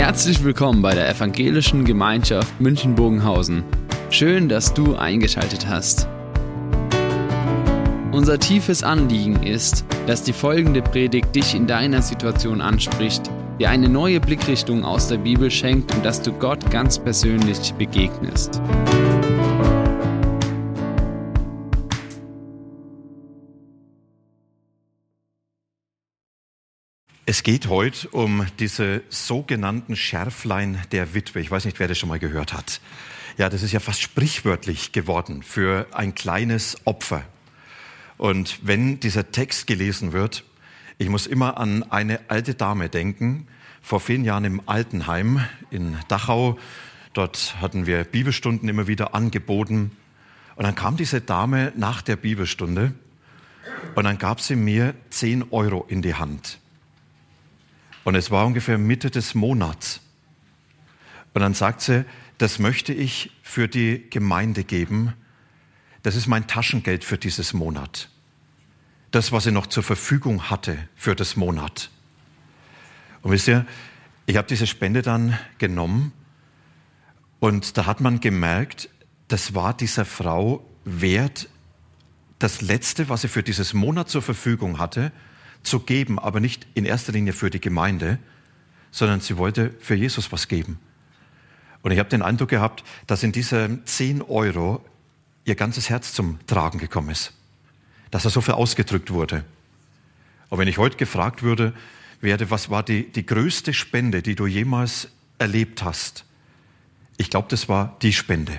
Herzlich willkommen bei der Evangelischen Gemeinschaft München-Bogenhausen. Schön, dass du eingeschaltet hast. Unser tiefes Anliegen ist, dass die folgende Predigt dich in deiner Situation anspricht, dir eine neue Blickrichtung aus der Bibel schenkt und dass du Gott ganz persönlich begegnest. Es geht heute um diese sogenannten Schärflein der Witwe. Ich weiß nicht, wer das schon mal gehört hat. Ja, das ist ja fast sprichwörtlich geworden für ein kleines Opfer. Und wenn dieser Text gelesen wird, ich muss immer an eine alte Dame denken, vor vielen Jahren im Altenheim in Dachau. Dort hatten wir Bibelstunden immer wieder angeboten. Und dann kam diese Dame nach der Bibelstunde und dann gab sie mir 10 Euro in die Hand. Und es war ungefähr Mitte des Monats. Und dann sagt sie, das möchte ich für die Gemeinde geben. Das ist mein Taschengeld für dieses Monat. Das, was sie noch zur Verfügung hatte für das Monat. Und wisst ihr, ich habe diese Spende dann genommen und da hat man gemerkt, das war dieser Frau wert, das Letzte, was sie für dieses Monat zur Verfügung hatte, zu geben, aber nicht in erster Linie für die Gemeinde, sondern sie wollte für Jesus was geben. Und ich habe den Eindruck gehabt, dass in diese 10 Euro ihr ganzes Herz zum Tragen gekommen ist. Dass da so viel ausgedrückt wurde. Und wenn ich heute gefragt würde, was war die größte Spende, die du jemals erlebt hast? Ich glaube, das war die Spende.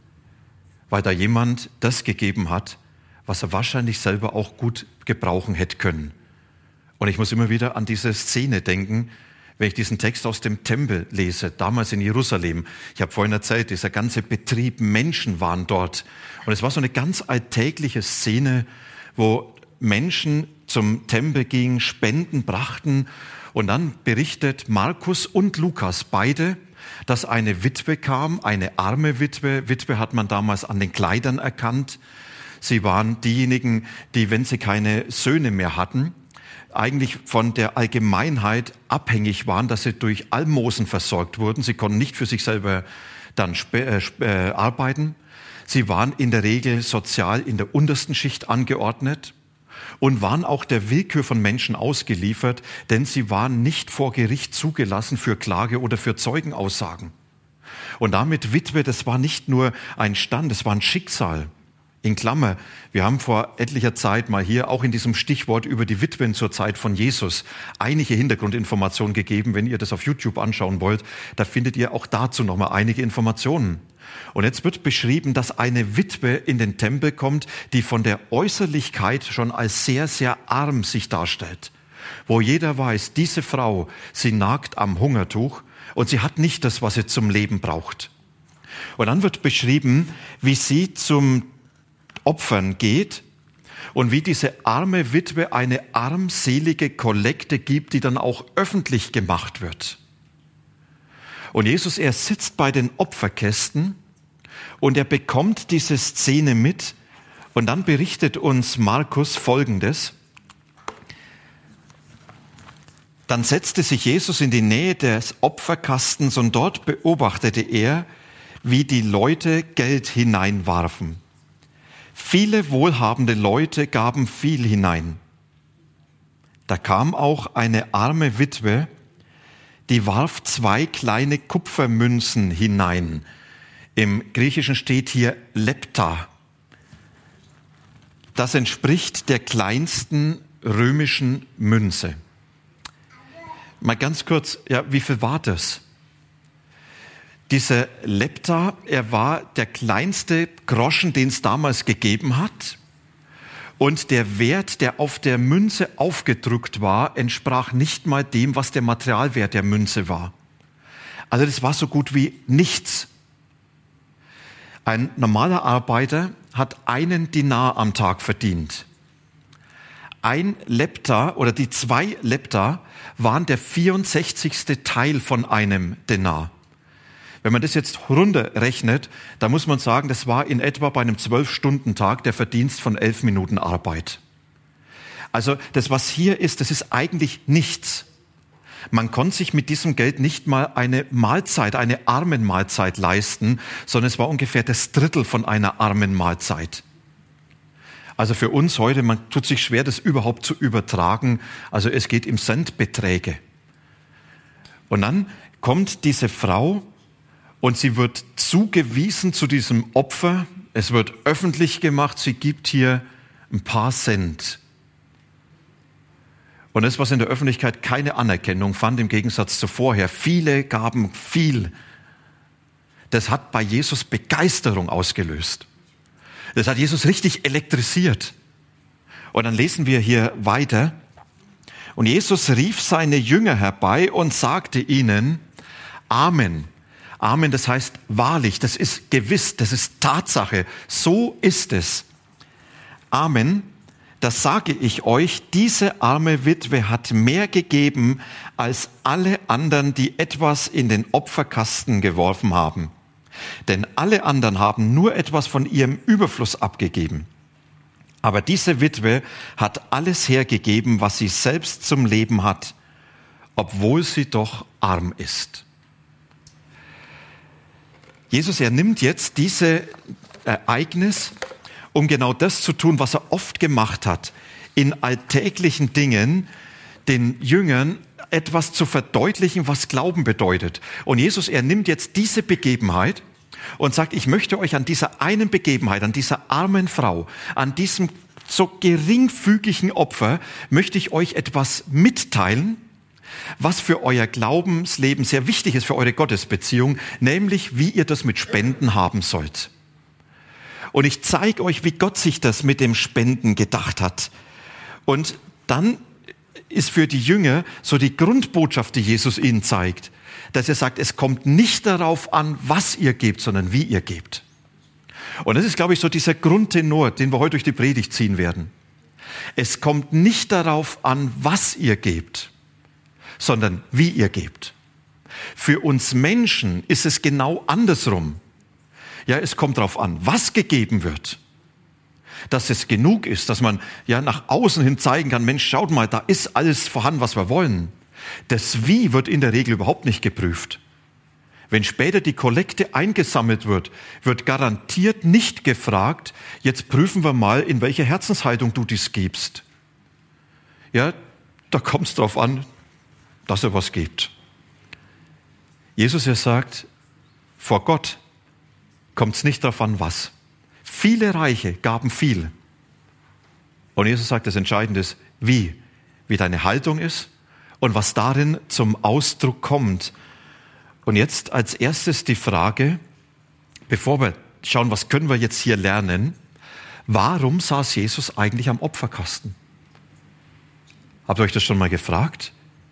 Weil da jemand das gegeben hat, was er wahrscheinlich selber auch gut gebrauchen hätte können. Und ich muss immer wieder an diese Szene denken, wenn ich diesen Text aus dem Tempel lese, damals in Jerusalem. Ich habe vorhin erzählt, dieser ganze Betrieb, Menschen waren dort. Und es war so eine ganz alltägliche Szene, wo Menschen zum Tempel gingen, Spenden brachten. Und dann berichtet Markus und Lukas beide, dass eine Witwe kam, eine arme Witwe. Witwe hat man damals an den Kleidern erkannt. Sie waren diejenigen, die, wenn sie keine Söhne mehr hatten, eigentlich von der Allgemeinheit abhängig waren, dass sie durch Almosen versorgt wurden. Sie konnten nicht für sich selber dann arbeiten. Sie waren in der Regel sozial in der untersten Schicht angeordnet und waren auch der Willkür von Menschen ausgeliefert, denn sie waren nicht vor Gericht zugelassen für Klage oder für Zeugenaussagen. Und damit Witwe, das war nicht nur ein Stand, das war ein Schicksal. In Klammer, wir haben vor etlicher Zeit mal hier auch in diesem Stichwort über die Witwen zur Zeit von Jesus einige Hintergrundinformationen gegeben. Wenn ihr das auf YouTube anschauen wollt, da findet ihr auch dazu nochmal einige Informationen. Und jetzt wird beschrieben, dass eine Witwe in den Tempel kommt, die von der Äußerlichkeit schon als sehr, sehr arm sich darstellt. Wo jeder weiß, diese Frau, sie nagt am Hungertuch und sie hat nicht das, was sie zum Leben braucht. Und dann wird beschrieben, wie sie zum Opfern geht und wie diese arme Witwe eine armselige Kollekte gibt, die dann auch öffentlich gemacht wird. Und Jesus, er sitzt bei den Opferkästen und er bekommt diese Szene mit und dann berichtet uns Markus Folgendes. Dann setzte sich Jesus in die Nähe des Opferkastens und dort beobachtete er, wie die Leute Geld hineinwarfen. Viele wohlhabende Leute gaben viel hinein. Da kam auch eine arme Witwe, die warf 2 kleine Kupfermünzen hinein. Im Griechischen steht hier Lepta. Das entspricht der kleinsten römischen Münze. Mal ganz kurz, ja, wie viel war das? Dieser Lepta, er war der kleinste Groschen, den es damals gegeben hat. Und der Wert, der auf der Münze aufgedruckt war, entsprach nicht mal dem, was der Materialwert der Münze war. Also das war so gut wie nichts. Ein normaler Arbeiter hat 1 Dinar am Tag verdient. 1 Lepta oder die 2 Lepta waren der 64. Teil von einem Denar. Wenn man das jetzt runterrechnet, dann muss man sagen, das war in etwa bei einem 12-Stunden-Tag der Verdienst von 11 Minuten Arbeit. Also das, was hier ist, das ist eigentlich nichts. Man konnte sich mit diesem Geld nicht mal eine Mahlzeit, eine Armenmahlzeit leisten, sondern es war ungefähr das Drittel von einer Armenmahlzeit. Also für uns heute, man tut sich schwer, das überhaupt zu übertragen. Also es geht im Centbeträge. Und dann kommt diese Frau und sie wird zugewiesen zu diesem Opfer. Es wird öffentlich gemacht, sie gibt hier ein paar Cent. Und das, was in der Öffentlichkeit keine Anerkennung fand, im Gegensatz zu vorher, viele gaben viel. Das hat bei Jesus Begeisterung ausgelöst. Das hat Jesus richtig elektrisiert. Und dann lesen wir hier weiter. Und Jesus rief seine Jünger herbei und sagte ihnen, Amen. Amen, das heißt wahrlich, das ist gewiss, das ist Tatsache. So ist es. Amen, das sage ich euch, diese arme Witwe hat mehr gegeben als alle anderen, die etwas in den Opferkasten geworfen haben. Denn alle anderen haben nur etwas von ihrem Überfluss abgegeben. Aber diese Witwe hat alles hergegeben, was sie selbst zum Leben hat, obwohl sie doch arm ist. Jesus, er nimmt jetzt dieses Ereignis, um genau das zu tun, was er oft gemacht hat, in alltäglichen Dingen den Jüngern etwas zu verdeutlichen, was Glauben bedeutet. Und Jesus, er nimmt jetzt diese Begebenheit und sagt, ich möchte euch an dieser einen Begebenheit, an dieser armen Frau, an diesem so geringfügigen Opfer, möchte ich euch etwas mitteilen, was für euer Glaubensleben sehr wichtig ist, für eure Gottesbeziehung, nämlich wie ihr das mit Spenden haben sollt. Und ich zeige euch, wie Gott sich das mit dem Spenden gedacht hat. Und dann ist für die Jünger so die Grundbotschaft, die Jesus ihnen zeigt, dass er sagt, es kommt nicht darauf an, was ihr gebt, sondern wie ihr gebt. Und das ist, glaube ich, so dieser Grundtenor, den wir heute durch die Predigt ziehen werden. Es kommt nicht darauf an, was ihr gebt, sondern wie ihr gebt. Für uns Menschen ist es genau andersrum. Ja, es kommt darauf an, was gegeben wird. Dass es genug ist, dass man ja nach außen hin zeigen kann, Mensch, schaut mal, da ist alles vorhanden, was wir wollen. Das Wie wird in der Regel überhaupt nicht geprüft. Wenn später die Kollekte eingesammelt wird, wird garantiert nicht gefragt, jetzt prüfen wir mal, in welcher Herzenshaltung du dies gibst. Ja, da kommt es darauf an, dass er was gibt. Jesus, er sagt, vor Gott kommt es nicht darauf an, was. Viele Reiche gaben viel. Und Jesus sagt, das Entscheidende ist, wie deine Haltung ist und was darin zum Ausdruck kommt. Und jetzt als erstes die Frage, bevor wir schauen, was können wir jetzt hier lernen, warum saß Jesus eigentlich am Opferkasten? Habt ihr euch das schon mal gefragt?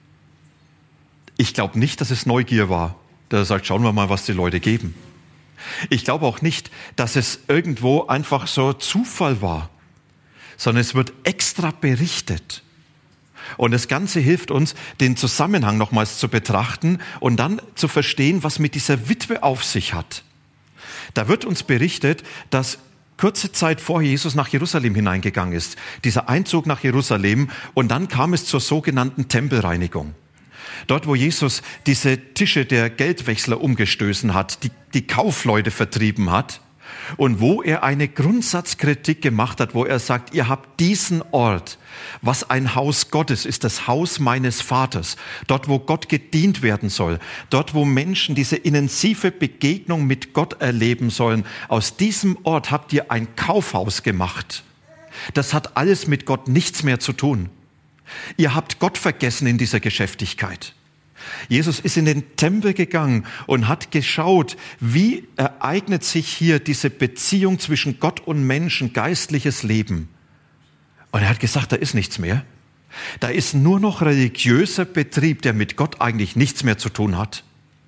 Ich glaube nicht, dass es Neugier war, dass er sagt, schauen wir mal, was die Leute geben. Ich glaube auch nicht, dass es irgendwo einfach so Zufall war, sondern es wird extra berichtet. Und das Ganze hilft uns, den Zusammenhang nochmals zu betrachten und dann zu verstehen, was mit dieser Witwe auf sich hat. Da wird uns berichtet, dass kurze Zeit vor Jesus nach Jerusalem hineingegangen ist. Dieser Einzug nach Jerusalem und dann kam es zur sogenannten Tempelreinigung. Dort, wo Jesus diese Tische der Geldwechsler umgestoßen hat, die Kaufleute vertrieben hat und wo er eine Grundsatzkritik gemacht hat, wo er sagt, ihr habt diesen Ort, was ein Haus Gottes ist, das Haus meines Vaters, dort, wo Gott gedient werden soll, dort, wo Menschen diese intensive Begegnung mit Gott erleben sollen. Aus diesem Ort habt ihr ein Kaufhaus gemacht. Das hat alles mit Gott nichts mehr zu tun. Ihr habt Gott vergessen in dieser Geschäftigkeit. Jesus ist in den Tempel gegangen und hat geschaut, wie ereignet sich hier diese Beziehung zwischen Gott und Menschen, geistliches Leben. Und er hat gesagt, da ist nichts mehr. Da ist nur noch religiöser Betrieb, der mit Gott eigentlich nichts mehr zu tun hat.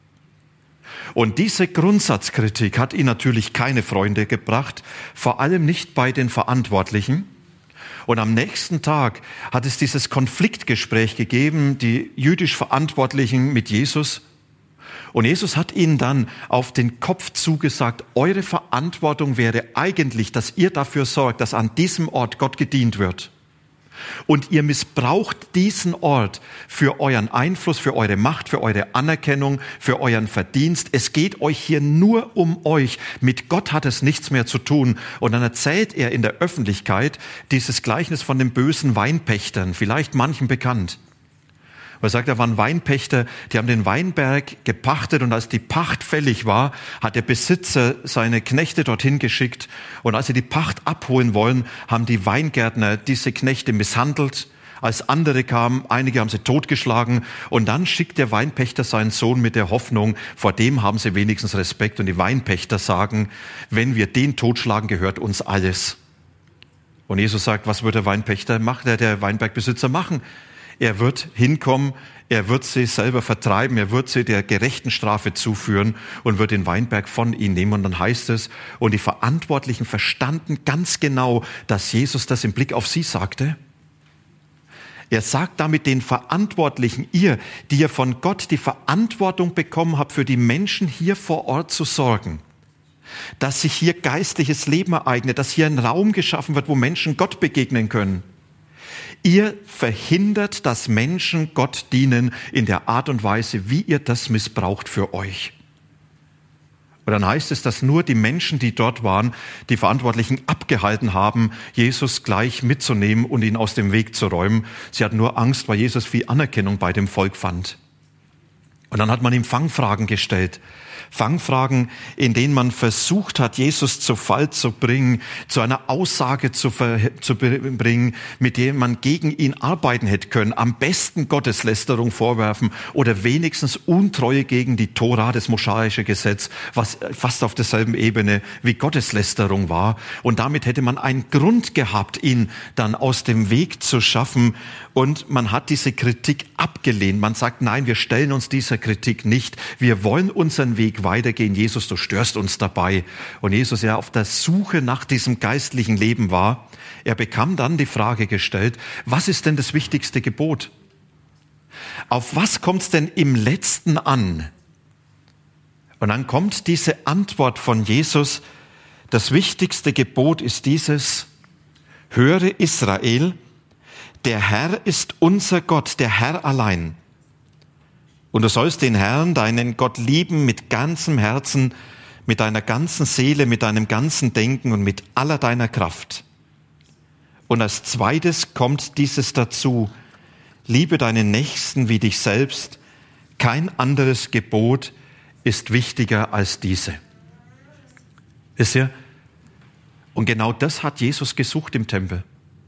Und diese Grundsatzkritik hat ihn natürlich keine Freunde gebracht, vor allem nicht bei den Verantwortlichen. Und am nächsten Tag hat es dieses Konfliktgespräch gegeben, die jüdisch Verantwortlichen mit Jesus. Und Jesus hat ihnen dann auf den Kopf zugesagt, eure Verantwortung wäre eigentlich, dass ihr dafür sorgt, dass an diesem Ort Gott gedient wird. Und ihr missbraucht diesen Ort für euren Einfluss, für eure Macht, für eure Anerkennung, für euren Verdienst. Es geht euch hier nur um euch. Mit Gott hat es nichts mehr zu tun. Und dann erzählt er in der Öffentlichkeit dieses Gleichnis von den bösen Weinpächtern, vielleicht manchen bekannt. Er sagt, da waren Weinpächter, die haben den Weinberg gepachtet und als die Pacht fällig war, hat der Besitzer seine Knechte dorthin geschickt und als sie die Pacht abholen wollen, haben die Weingärtner diese Knechte misshandelt. Als andere kamen, einige haben sie totgeschlagen und dann schickt der Weinpächter seinen Sohn mit der Hoffnung, vor dem haben sie wenigstens Respekt und die Weinpächter sagen, wenn wir den totschlagen, gehört uns alles. Und Jesus sagt, was wird der Weinpächter machen, der Weinbergbesitzer machen? Er wird hinkommen, er wird sie selber vertreiben, er wird sie der gerechten Strafe zuführen und wird den Weinberg von ihnen nehmen. Und dann heißt es, und die Verantwortlichen verstanden ganz genau, dass Jesus das im Blick auf sie sagte. Er sagt damit den Verantwortlichen, ihr, die ihr von Gott die Verantwortung bekommen habt, für die Menschen hier vor Ort zu sorgen, dass sich hier geistliches Leben ereignet, dass hier ein Raum geschaffen wird, wo Menschen Gott begegnen können. Ihr verhindert, dass Menschen Gott dienen in der Art und Weise, wie ihr das missbraucht für euch. Und dann heißt es, dass nur die Menschen, die dort waren, die Verantwortlichen abgehalten haben, Jesus gleich mitzunehmen und ihn aus dem Weg zu räumen. Sie hatten nur Angst, weil Jesus viel Anerkennung bei dem Volk fand. Und dann hat man ihm Fangfragen gestellt. Fangfragen, in denen man versucht hat, Jesus zu Fall zu bringen, zu einer Aussage zu bringen, mit der man gegen ihn arbeiten hätte können. Am besten Gotteslästerung vorwerfen oder wenigstens Untreue gegen die Tora, das mosaische Gesetz, was fast auf derselben Ebene wie Gotteslästerung war. Und damit hätte man einen Grund gehabt, ihn dann aus dem Weg zu schaffen. Und man hat diese Kritik abgelehnt. Man sagt, nein, wir stellen uns dieser Kritik nicht. Wir wollen unseren Weg weitergehen. Jesus, du störst uns dabei. Und Jesus, der auf der Suche nach diesem geistlichen Leben war, er bekam dann die Frage gestellt, was ist denn das wichtigste Gebot? Auf was kommt es denn im Letzten an? Und dann kommt diese Antwort von Jesus, das wichtigste Gebot ist dieses, höre Israel, der Herr ist unser Gott, der Herr allein. Und du sollst den Herrn, deinen Gott, lieben mit ganzem Herzen, mit deiner ganzen Seele, mit deinem ganzen Denken und mit aller deiner Kraft. Und als zweites kommt dieses dazu, liebe deinen Nächsten wie dich selbst. Kein anderes Gebot ist wichtiger als diese. Wisst ihr? Und genau das hat Jesus gesucht im Tempel.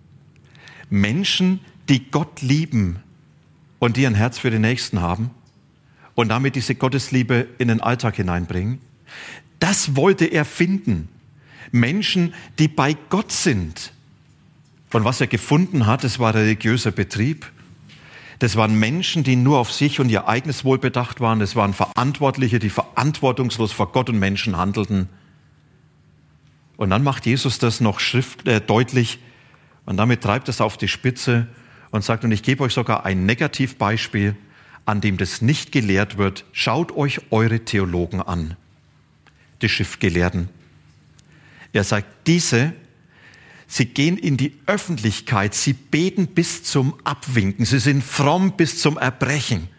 Menschen, die Gott lieben und die ein Herz für den Nächsten haben und damit diese Gottesliebe in den Alltag hineinbringen. Das wollte er finden. Menschen, die bei Gott sind. Und was er gefunden hat, das war religiöser Betrieb. Das waren Menschen, die nur auf sich und ihr eigenes Wohl bedacht waren. Das waren Verantwortliche, die verantwortungslos vor Gott und Menschen handelten. Und dann macht Jesus das noch deutlich und damit treibt es auf die Spitze und sagt, und ich gebe euch sogar ein Negativbeispiel, an dem das nicht gelehrt wird. Schaut euch eure Theologen an, die Schriftgelehrten. Er sagt, sie gehen in die Öffentlichkeit, sie beten bis zum Abwinken, sie sind fromm bis zum Erbrechen.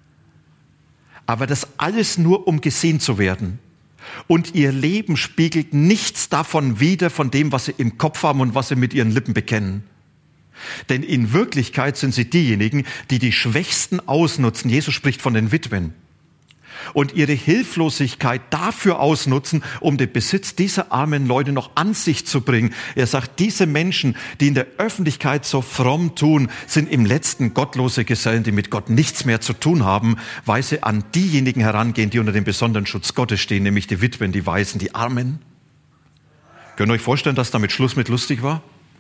Aber das alles nur, um gesehen zu werden. Und ihr Leben spiegelt nichts davon wider, von dem, was sie im Kopf haben und was sie mit ihren Lippen bekennen. Denn in Wirklichkeit sind sie diejenigen, die die Schwächsten ausnutzen. Jesus spricht von den Witwen. Und ihre Hilflosigkeit dafür ausnutzen, um den Besitz dieser armen Leute noch an sich zu bringen. Er sagt, diese Menschen, die in der Öffentlichkeit so fromm tun, sind im Letzten gottlose Gesellen, die mit Gott nichts mehr zu tun haben, weil sie an diejenigen herangehen, die unter dem besonderen Schutz Gottes stehen, nämlich die Witwen, die Waisen, die Armen. Könnt ihr euch vorstellen, dass damit Schluss mit lustig war?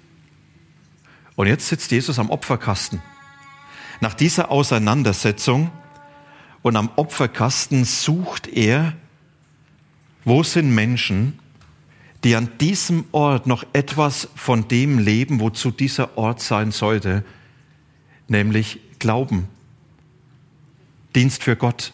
Und jetzt sitzt Jesus am Opferkasten. Nach dieser Auseinandersetzung und am Opferkasten sucht er, wo sind Menschen, die an diesem Ort noch etwas von dem leben, wozu dieser Ort sein sollte, nämlich Glauben, Dienst für Gott,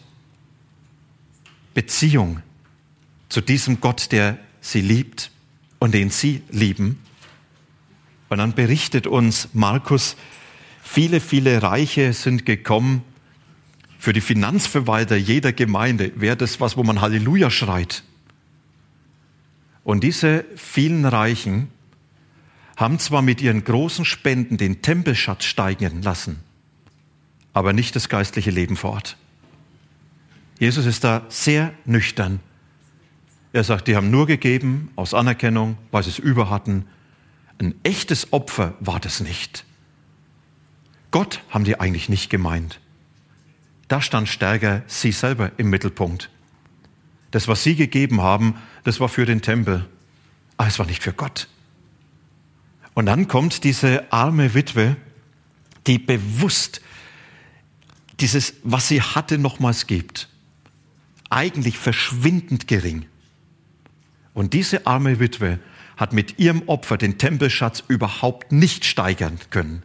Beziehung zu diesem Gott, der sie liebt und den sie lieben. Und dann berichtet uns Markus, viele, viele Reiche sind gekommen. Für die Finanzverwalter jeder Gemeinde wäre das was, wo man Halleluja schreit. Und diese vielen Reichen haben zwar mit ihren großen Spenden den Tempelschatz steigen lassen, aber nicht das geistliche Leben vor Ort. Jesus ist da sehr nüchtern. Er sagt, die haben nur gegeben aus Anerkennung, weil sie es über hatten. Ein echtes Opfer war das nicht. Gott haben die eigentlich nicht gemeint. Da stand stärker sie selber im Mittelpunkt. Das, was sie gegeben haben, das war für den Tempel, aber es war nicht für Gott. Und dann kommt diese arme Witwe, die bewusst dieses, was sie hatte, nochmals gibt. Eigentlich verschwindend gering. Und diese arme Witwe hat mit ihrem Opfer den Tempelschatz überhaupt nicht steigern können.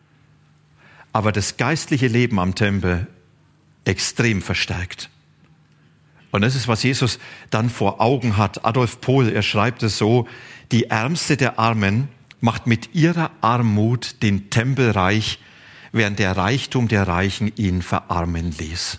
Aber das geistliche Leben am Tempel extrem verstärkt. Und das ist, was Jesus dann vor Augen hat. Adolf Pohl, er schreibt es so, die Ärmste der Armen macht mit ihrer Armut den Tempel reich, während der Reichtum der Reichen ihn verarmen ließ.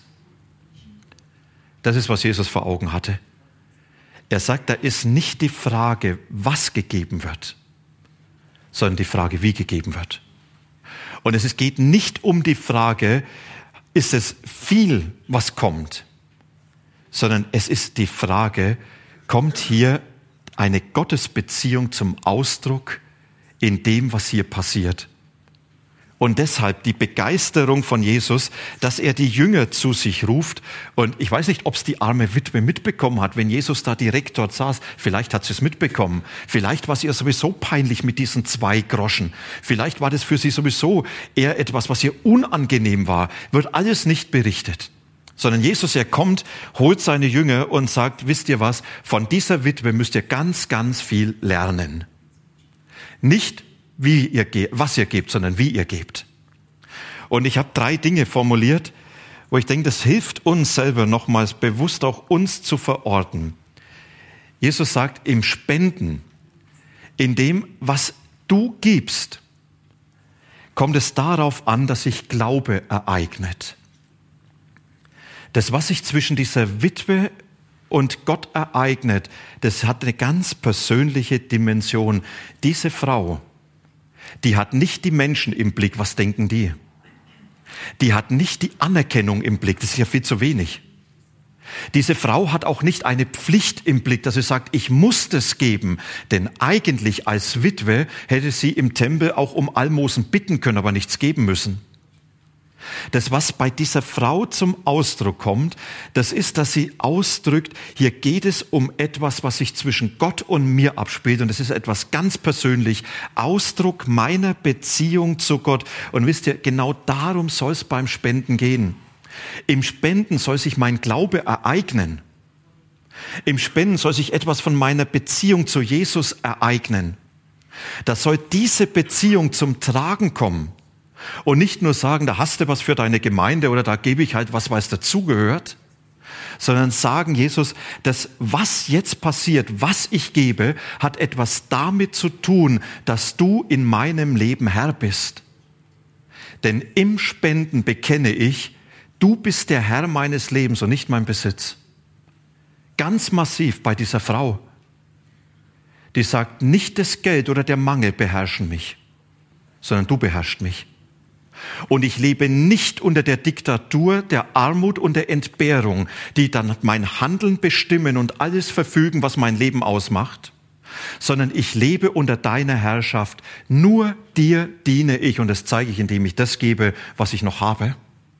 Das ist, was Jesus vor Augen hatte. Er sagt, da ist nicht die Frage, was gegeben wird, sondern die Frage, wie gegeben wird. Und es geht nicht um die Frage, ist es viel, was kommt, sondern es ist die Frage, kommt hier eine Gottesbeziehung zum Ausdruck in dem, was hier passiert. Und deshalb die Begeisterung von Jesus, dass er die Jünger zu sich ruft. Und ich weiß nicht, ob es die arme Witwe mitbekommen hat, wenn Jesus da direkt dort saß. Vielleicht hat sie es mitbekommen. Vielleicht war es ihr sowieso peinlich mit diesen 2 Groschen. Vielleicht war das für sie sowieso eher etwas, was ihr unangenehm war. Wird alles nicht berichtet. Sondern Jesus, er kommt, holt seine Jünger und sagt, wisst ihr was, von dieser Witwe müsst ihr ganz, ganz viel lernen. Nicht was ihr gebt, sondern wie ihr gebt. Und ich habe 3 Dinge formuliert, wo ich denke, das hilft uns selber nochmals bewusst auch uns zu verorten. Jesus sagt, im Spenden, in dem, was du gibst, kommt es darauf an, dass sich Glaube ereignet. Das, was sich zwischen dieser Witwe und Gott ereignet, das hat eine ganz persönliche Dimension. Diese Frau, die hat nicht die Menschen im Blick, was denken die? Die hat nicht die Anerkennung im Blick, das ist ja viel zu wenig. Diese Frau hat auch nicht eine Pflicht im Blick, dass sie sagt, ich muss das geben. Denn eigentlich als Witwe hätte sie im Tempel auch um Almosen bitten können, aber nichts geben müssen. Das, was bei dieser Frau zum Ausdruck kommt, das ist, dass sie ausdrückt, hier geht es um etwas, was sich zwischen Gott und mir abspielt. Und das ist etwas ganz persönlich, Ausdruck meiner Beziehung zu Gott. Und wisst ihr, genau darum soll es beim Spenden gehen. Im Spenden soll sich mein Glaube ereignen. Im Spenden soll sich etwas von meiner Beziehung zu Jesus ereignen. Da soll diese Beziehung zum Tragen kommen. Und nicht nur sagen, da hast du was für deine Gemeinde oder da gebe ich halt was, weil es dazugehört, sondern sagen, Jesus, das, was jetzt passiert, was ich gebe, hat etwas damit zu tun, dass du in meinem Leben Herr bist. Denn im Spenden bekenne ich, du bist der Herr meines Lebens und nicht mein Besitz. Ganz massiv bei dieser Frau, die sagt, nicht das Geld oder der Mangel beherrschen mich, sondern du beherrschst mich. Und ich lebe nicht unter der Diktatur der Armut und der Entbehrung, die dann mein Handeln bestimmen und alles verfügen, was mein Leben ausmacht, sondern ich lebe unter deiner Herrschaft. Nur dir diene ich und das zeige ich, indem ich das gebe, was ich noch habe.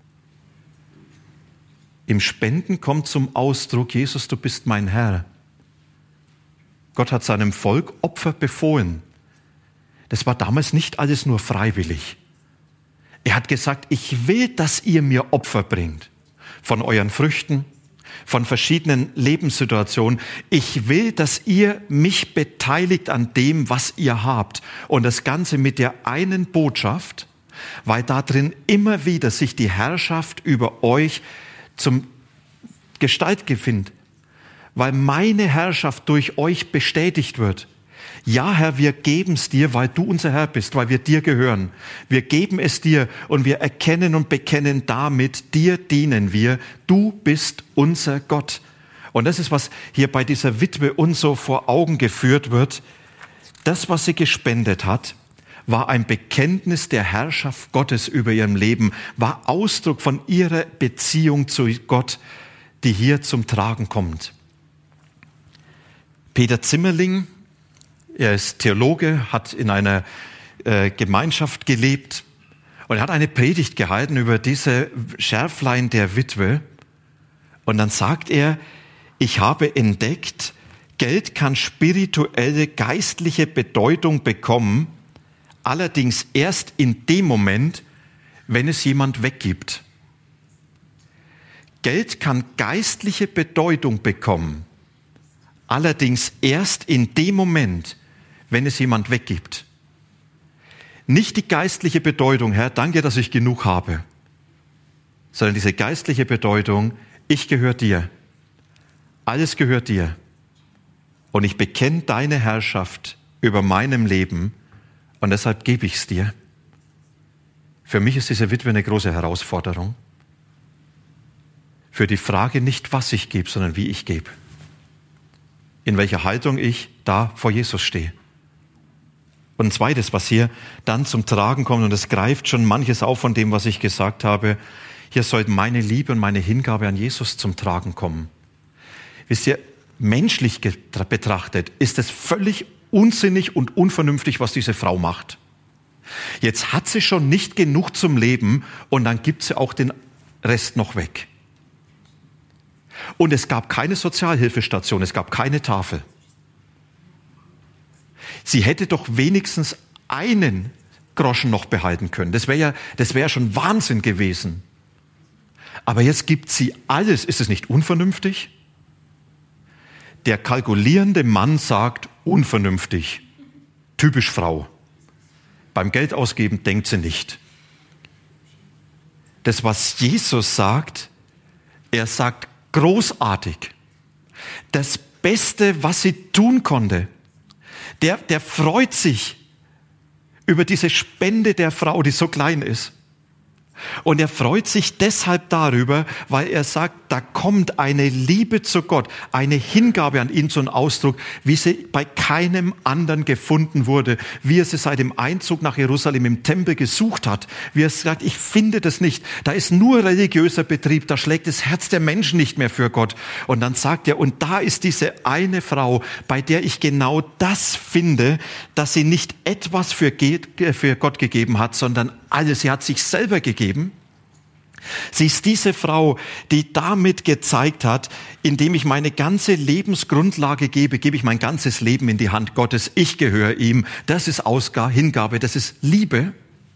Im Spenden kommt zum Ausdruck, Jesus, du bist mein Herr. Gott hat seinem Volk Opfer befohlen. Das war damals nicht alles nur freiwillig. Er hat gesagt, ich will, dass ihr mir Opfer bringt. Von euren Früchten, von verschiedenen Lebenssituationen. Ich will, dass ihr mich beteiligt an dem, was ihr habt. Und das Ganze mit der einen Botschaft, weil da drin immer wieder sich die Herrschaft über euch zum Gestalt findet. Weil meine Herrschaft durch euch bestätigt wird. Ja, Herr, wir geben es dir, weil du unser Herr bist, weil wir dir gehören. Wir geben es dir und wir erkennen und bekennen damit, dir dienen wir. Du bist unser Gott. Und das ist, was hier bei dieser Witwe uns so vor Augen geführt wird. Das, was sie gespendet hat, war ein Bekenntnis der Herrschaft Gottes über ihrem Leben, war Ausdruck von ihrer Beziehung zu Gott, die hier zum Tragen kommt. Peter Zimmerling, er ist Theologe, hat in einer Gemeinschaft gelebt und er hat eine Predigt gehalten über diese Schärflein der Witwe. Und dann sagt er, ich habe entdeckt, Geld kann spirituelle, geistliche Bedeutung bekommen, allerdings erst in dem Moment, wenn es jemand weggibt. Geld kann geistliche Bedeutung bekommen, allerdings erst in dem Moment, wenn es jemand weggibt. Nicht die geistliche Bedeutung, Herr, danke, dass ich genug habe, sondern diese geistliche Bedeutung, ich gehöre dir. Alles gehört dir. Und ich bekenne deine Herrschaft über meinem Leben und deshalb gebe ich es dir. Für mich ist diese Witwe eine große Herausforderung. Für die Frage nicht, was ich gebe, sondern wie ich gebe. In welcher Haltung ich da vor Jesus stehe. Und ein zweites, was hier dann zum Tragen kommt, und es greift schon manches auf von dem, was ich gesagt habe, hier soll meine Liebe und meine Hingabe an Jesus zum Tragen kommen. Wisst ihr, menschlich betrachtet ist es völlig unsinnig und unvernünftig, was diese Frau macht. Jetzt hat sie schon nicht genug zum Leben und dann gibt sie auch den Rest noch weg. Und es gab keine Sozialhilfestation, es gab keine Tafel. Sie hätte doch wenigstens einen Groschen noch behalten können. Das wäre ja schon Wahnsinn gewesen. Aber jetzt gibt sie alles. Ist es nicht unvernünftig? Der kalkulierende Mann sagt, unvernünftig. Typisch Frau. Beim Geld ausgeben denkt sie nicht. Das, was Jesus sagt, er sagt großartig. Das Beste, was sie tun konnte. Der freut sich über diese Spende der Frau, die so klein ist. Und er freut sich deshalb darüber, weil er sagt, da kommt eine Liebe zu Gott, eine Hingabe an ihn zum Ausdruck, wie sie bei keinem anderen gefunden wurde, wie er sie seit dem Einzug nach Jerusalem im Tempel gesucht hat, wie er sagt, ich finde das nicht, da ist nur religiöser Betrieb, da schlägt das Herz der Menschen nicht mehr für Gott. Und dann sagt er, und da ist diese eine Frau, bei der ich genau das finde, dass sie nicht etwas für Gott gegeben hat, sondern alles, sie hat sich selber gegeben. Sie ist diese Frau, die damit gezeigt hat, indem ich meine ganze Lebensgrundlage gebe, gebe ich mein ganzes Leben in die Hand Gottes. Ich gehöre ihm. Das ist Hingabe, das ist Liebe.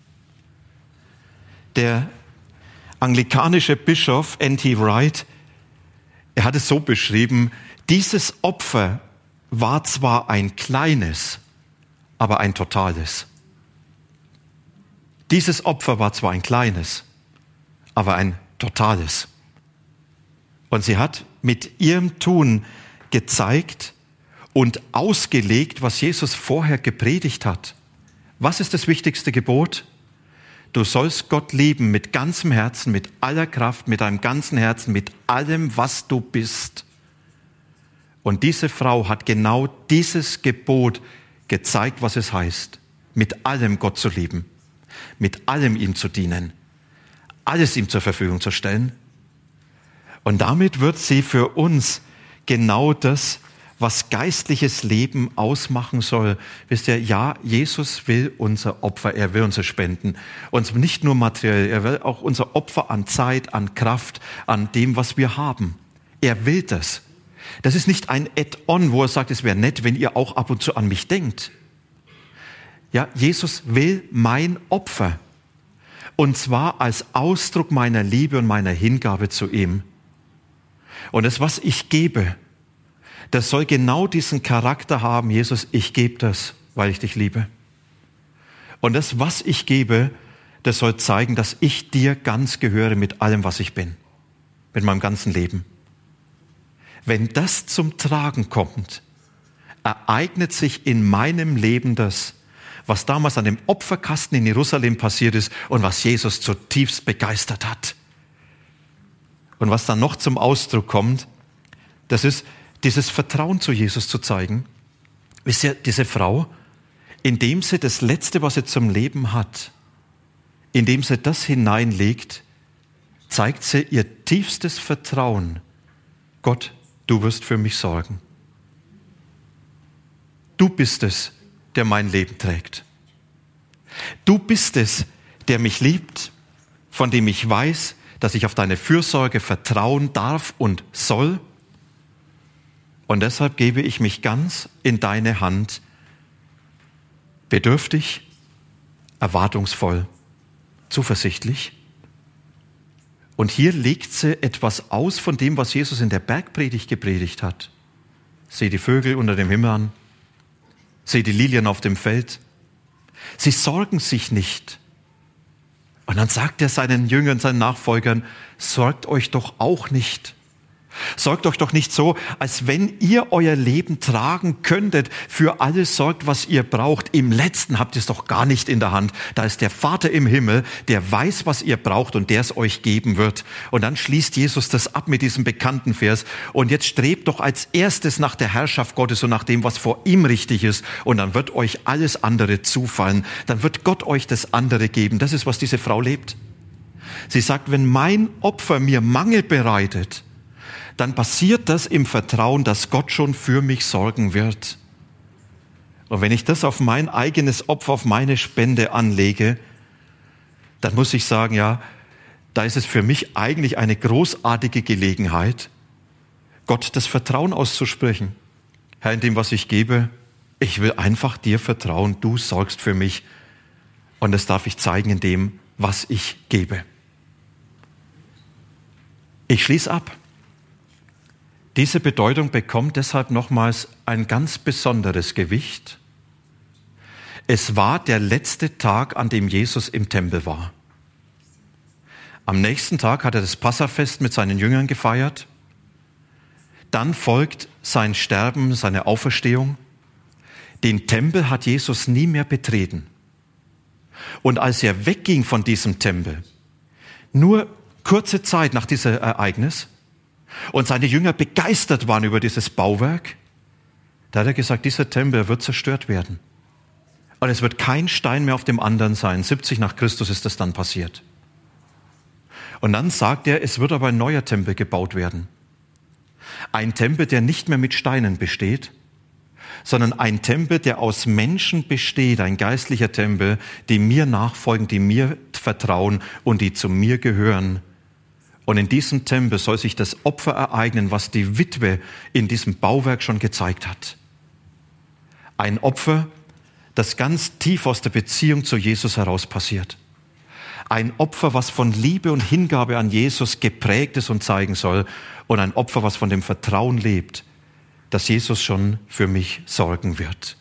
Der anglikanische Bischof N.T. Wright, er hat es so beschrieben, dieses Opfer war zwar ein kleines, aber ein totales. Dieses Opfer war zwar ein kleines, aber ein totales. Und sie hat mit ihrem Tun gezeigt und ausgelegt, was Jesus vorher gepredigt hat. Was ist das wichtigste Gebot? Du sollst Gott lieben mit ganzem Herzen, mit aller Kraft, mit deinem ganzen Herzen, mit allem, was du bist. Und diese Frau hat genau dieses Gebot gezeigt, was es heißt, mit allem Gott zu lieben. Mit allem ihm zu dienen, alles ihm zur Verfügung zu stellen. Und damit wird sie für uns genau das, was geistliches Leben ausmachen soll. Wisst ihr, ja, Jesus will unser Opfer, er will unser Spenden. Und nicht nur materiell, er will auch unser Opfer an Zeit, an Kraft, an dem, was wir haben. Er will das. Das ist nicht ein Add-on, wo er sagt, es wäre nett, wenn ihr auch ab und zu an mich denkt. Ja, Jesus will mein Opfer. Und zwar als Ausdruck meiner Liebe und meiner Hingabe zu ihm. Und das, was ich gebe, das soll genau diesen Charakter haben. Jesus, ich gebe das, weil ich dich liebe. Und das, was ich gebe, das soll zeigen, dass ich dir ganz gehöre mit allem, was ich bin. Mit meinem ganzen Leben. Wenn das zum Tragen kommt, ereignet sich in meinem Leben das, was damals an dem Opferkasten in Jerusalem passiert ist und was Jesus zutiefst begeistert hat. Und was dann noch zum Ausdruck kommt, das ist dieses Vertrauen zu Jesus zu zeigen. Wisst ihr, diese Frau, indem sie das Letzte, was sie zum Leben hat, indem sie das hineinlegt, zeigt sie ihr tiefstes Vertrauen. Gott, du wirst für mich sorgen. Du bist es, der mein Leben trägt. Du bist es, der mich liebt, von dem ich weiß, dass ich auf deine Fürsorge vertrauen darf und soll. Und deshalb gebe ich mich ganz in deine Hand, bedürftig, erwartungsvoll, zuversichtlich. Und hier legt sie etwas aus von dem, was Jesus in der Bergpredigt gepredigt hat. Sieh die Vögel unter dem Himmel an, sieh die Lilien auf dem Feld. Sie sorgen sich nicht. Und dann sagt er seinen Jüngern, seinen Nachfolgern, sorgt euch doch auch nicht. Sorgt euch doch nicht so, als wenn ihr euer Leben tragen könntet, für alles sorgt, was ihr braucht. Im Letzten habt ihr es doch gar nicht in der Hand. Da ist der Vater im Himmel, der weiß, was ihr braucht und der es euch geben wird. Und dann schließt Jesus das ab mit diesem bekannten Vers. Und jetzt strebt doch als erstes nach der Herrschaft Gottes und nach dem, was vor ihm richtig ist. Und dann wird euch alles andere zufallen. Dann wird Gott euch das andere geben. Das ist, was diese Frau lebt. Sie sagt, wenn mein Opfer mir Mangel bereitet, dann passiert das im Vertrauen, dass Gott schon für mich sorgen wird. Und wenn ich das auf mein eigenes Opfer, auf meine Spende anlege, dann muss ich sagen, ja, da ist es für mich eigentlich eine großartige Gelegenheit, Gott das Vertrauen auszusprechen. Herr, in dem, was ich gebe, ich will einfach dir vertrauen, du sorgst für mich. Und das darf ich zeigen in dem, was ich gebe. Ich schließe ab. Diese Bedeutung bekommt deshalb nochmals ein ganz besonderes Gewicht. Es war der letzte Tag, an dem Jesus im Tempel war. Am nächsten Tag hat er das Passafest mit seinen Jüngern gefeiert. Dann folgt sein Sterben, seine Auferstehung. Den Tempel hat Jesus nie mehr betreten. Und als er wegging von diesem Tempel, nur kurze Zeit nach diesem Ereignis, und seine Jünger begeistert waren über dieses Bauwerk, da hat er gesagt, dieser Tempel wird zerstört werden. Und es wird kein Stein mehr auf dem anderen sein. 70 nach Christus ist das dann passiert. Und dann sagt er, es wird aber ein neuer Tempel gebaut werden. Ein Tempel, der nicht mehr mit Steinen besteht, sondern ein Tempel, der aus Menschen besteht, ein geistlicher Tempel, die mir nachfolgen, die mir vertrauen und die zu mir gehören. Und in diesem Tempel soll sich das Opfer ereignen, was die Witwe in diesem Bauwerk schon gezeigt hat. Ein Opfer, das ganz tief aus der Beziehung zu Jesus heraus passiert. Ein Opfer, was von Liebe und Hingabe an Jesus geprägt ist und zeigen soll. Und ein Opfer, was von dem Vertrauen lebt, dass Jesus schon für mich sorgen wird.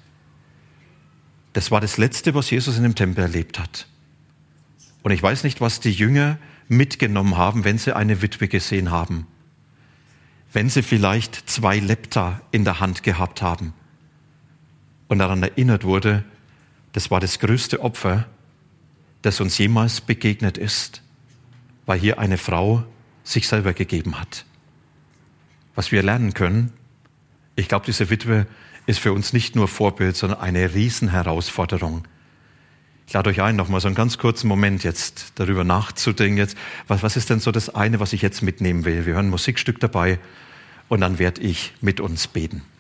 Das war das Letzte, was Jesus in dem Tempel erlebt hat. Und ich weiß nicht, was die Jünger mitgenommen haben, wenn sie eine Witwe gesehen haben. Wenn sie vielleicht 2 Lepta in der Hand gehabt haben und daran erinnert wurde, das war das größte Opfer, das uns jemals begegnet ist, weil hier eine Frau sich selber gegeben hat. Was wir lernen können, ich glaube, diese Witwe ist für uns nicht nur Vorbild, sondern eine Riesenherausforderung. Ich lade euch ein, noch mal so einen ganz kurzen Moment jetzt darüber nachzudenken. Jetzt, was ist denn so das eine, was ich jetzt mitnehmen will? Wir hören ein Musikstück dabei und dann werde ich mit uns beten.